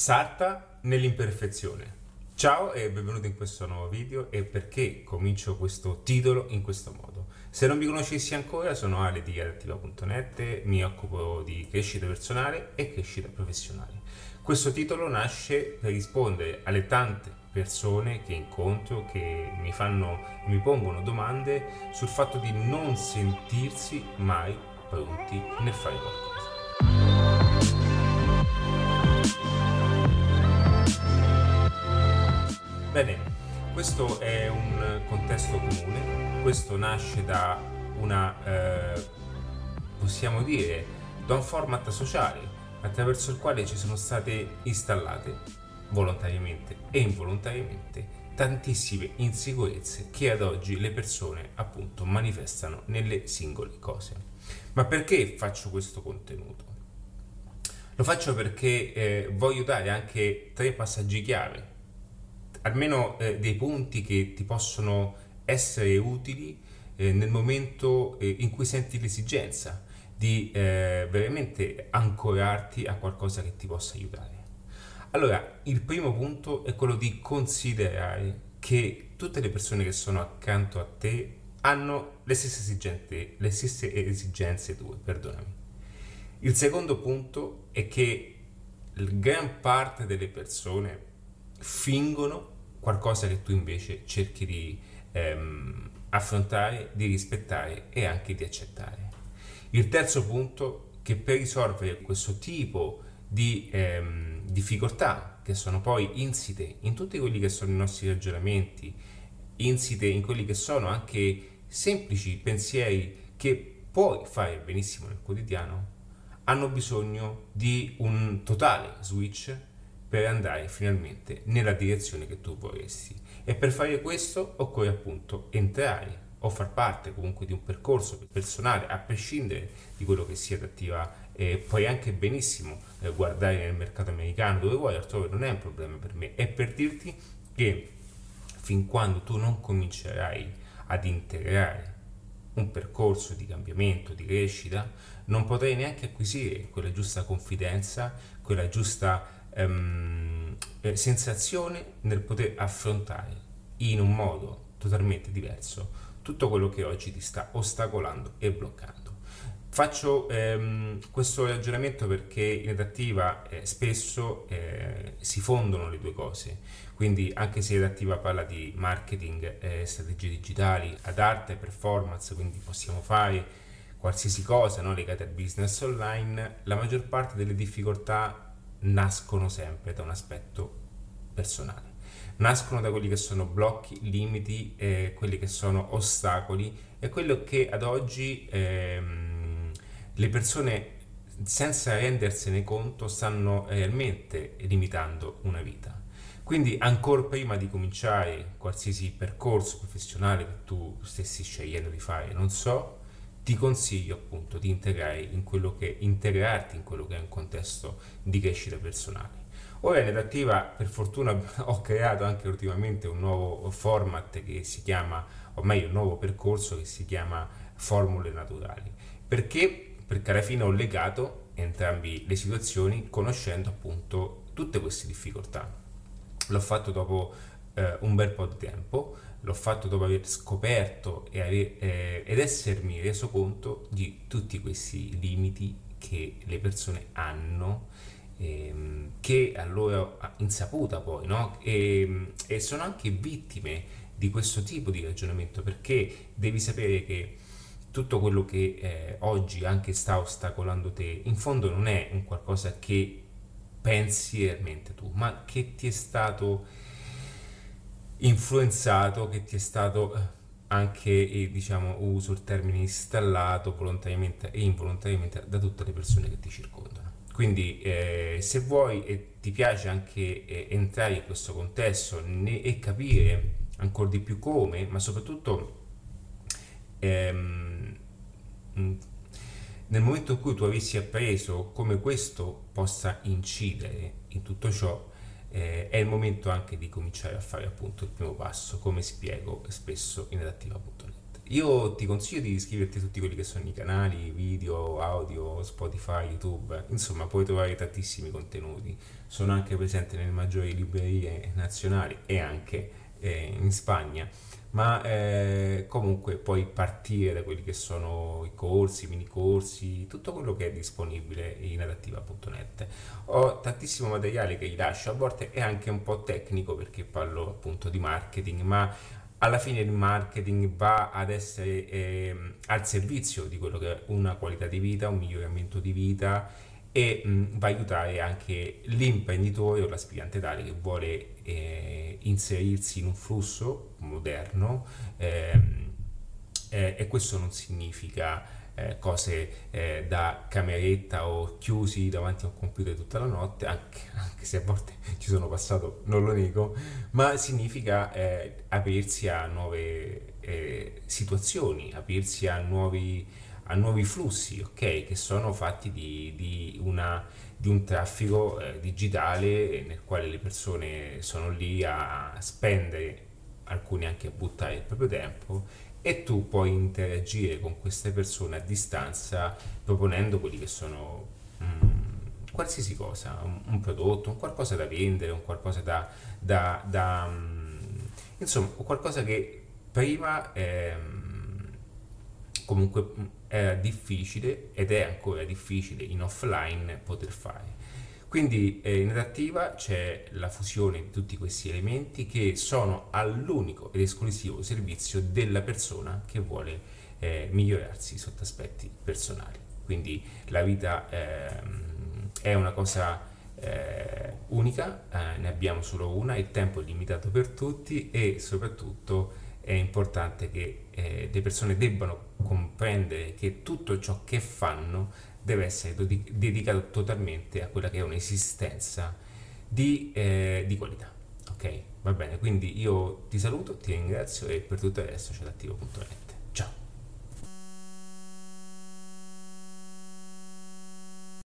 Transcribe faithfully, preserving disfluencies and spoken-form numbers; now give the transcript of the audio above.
Sarta nell'imperfezione. Ciao e benvenuto in questo nuovo video. E perché comincio questo titolo in questo modo? Se non mi conoscessi ancora, sono Ale di adattiva punto net, mi occupo di crescita personale e crescita professionale. Questo titolo nasce per rispondere alle tante persone che incontro che mi fanno, mi pongono domande sul fatto di non sentirsi mai pronti nel fare qualcosa. Bene, questo è un contesto comune, questo nasce da una, eh, possiamo dire, da un format sociale attraverso il quale ci sono state installate, volontariamente e involontariamente, tantissime insicurezze che ad oggi le persone appunto manifestano nelle singole cose. Ma perché faccio questo contenuto? Lo faccio perché eh, voglio dare anche tre passaggi chiave, almeno eh, dei punti che ti possono essere utili eh, nel momento eh, in cui senti l'esigenza di eh, veramente ancorarti a qualcosa che ti possa aiutare. Allora, il primo punto è quello di considerare che tutte le persone che sono accanto a te hanno le stesse esigenze, le stesse esigenze tue, perdonami. Il secondo punto è che gran parte delle persone fingono qualcosa che tu invece cerchi di ehm, affrontare, di rispettare e anche di accettare. Il terzo punto è che per risolvere questo tipo di ehm, difficoltà, che sono poi insite in tutti quelli che sono i nostri ragionamenti, insite in quelli che sono anche semplici pensieri che puoi fare benissimo nel quotidiano, hanno bisogno di un totale switch per andare finalmente nella direzione che tu vorresti. E per fare questo occorre appunto entrare o far parte comunque di un percorso personale, a prescindere di quello che sia adattiva. Eh, puoi anche benissimo eh, guardare nel mercato americano, dove vuoi, altrove non è un problema per me. È per dirti che fin quando tu non comincerai ad integrare un percorso di cambiamento, di crescita, non potrai neanche acquisire quella giusta confidenza, quella giusta ehm, eh, sensazione nel poter affrontare in un modo totalmente diverso tutto quello che oggi ti sta ostacolando e bloccando. Faccio ehm, questo ragionamento perché in adattiva eh, spesso eh, si fondono le due cose, quindi anche se adattiva parla di marketing e strategie digitali, ad arte e performance, quindi possiamo fare qualsiasi cosa, no, legata al business online, la maggior parte delle difficoltà nascono sempre da un aspetto personale. Nascono da quelli che sono blocchi, limiti, eh, quelli che sono ostacoli e quello che ad oggi ehm, le persone, senza rendersene conto, stanno realmente limitando una vita. Quindi ancora prima di cominciare qualsiasi percorso professionale che tu stessi scegliendo di fare, non so, ti consiglio appunto di integrare in quello che, integrarti in quello che è un contesto di crescita personale. Ora in adattiva, per fortuna, ho creato anche ultimamente un nuovo format che si chiama, o meglio un nuovo percorso che si chiama Formule Naturali. Perché? Perché alla fine ho legato entrambi le situazioni conoscendo appunto tutte queste difficoltà. L'ho fatto dopo eh, un bel po' di tempo, l'ho fatto dopo aver scoperto e aver, eh, ed essermi reso conto di tutti questi limiti che le persone hanno, ehm, che a loro insaputa poi, no? E, e sono anche vittime di questo tipo di ragionamento, perché devi sapere che tutto quello che eh, oggi anche sta ostacolando te, in fondo non è un qualcosa che pensi realmente tu, ma che ti è stato influenzato, che ti è stato anche, eh, diciamo, uso il termine, installato volontariamente e involontariamente da tutte le persone che ti circondano. Quindi eh, se vuoi e ti piace anche eh, entrare in questo contesto ne, e capire ancora di più come, ma soprattutto ehm, nel momento in cui tu avessi appreso come questo possa incidere in tutto ciò, eh, è il momento anche di cominciare a fare appunto il primo passo, come spiego spesso in adattiva punto net. Io ti consiglio di iscriverti a tutti quelli che sono i canali, video, audio, Spotify, YouTube, insomma puoi trovare tantissimi contenuti. Sono anche presente nelle maggiori librerie nazionali e anche eh, in Spagna, ma eh, comunque puoi partire da quelli che sono i corsi, i mini corsi, tutto quello che è disponibile in adattiva punto net. Ho tantissimo materiale che gli lascio, a volte è anche un po' tecnico perché parlo appunto di marketing, ma alla fine il marketing va ad essere ehm, al servizio di quello che è una qualità di vita, un miglioramento di vita e mh, va a aiutare anche l'imprenditore o l'aspirante tale che vuole eh, inserirsi in un flusso moderno ehm, eh, e questo non significa eh, cose eh, da cameretta o chiusi davanti a un computer tutta la notte, anche, anche se a volte ci sono passato, non lo nego, ma significa eh, aprirsi a nuove eh, situazioni, aprirsi a nuovi, a nuovi flussi, ok? Che sono fatti di, di, una, di un traffico eh, digitale nel quale le persone sono lì a spendere, alcuni anche a buttare il proprio tempo e tu puoi interagire con queste persone a distanza proponendo quelli che sono mm, qualsiasi cosa, un, un prodotto, un qualcosa da vendere, un qualcosa da, da, da mm, insomma, qualcosa che prima ehm, comunque mm, era difficile ed è ancora difficile in offline poter fare. Quindi eh, in adattiva c'è la fusione di tutti questi elementi che sono all'unico ed esclusivo servizio della persona che vuole eh, migliorarsi sotto aspetti personali. Quindi la vita ehm, è una cosa eh, unica, eh, ne abbiamo solo una, il tempo è limitato per tutti e soprattutto è importante che eh, le persone debbano comprendere che tutto ciò che fanno deve essere dedicato totalmente a quella che è un'esistenza di, eh, di qualità. Ok? Va bene, quindi io ti saluto, ti ringrazio e per tutto il resto c'è l'attivo punto net.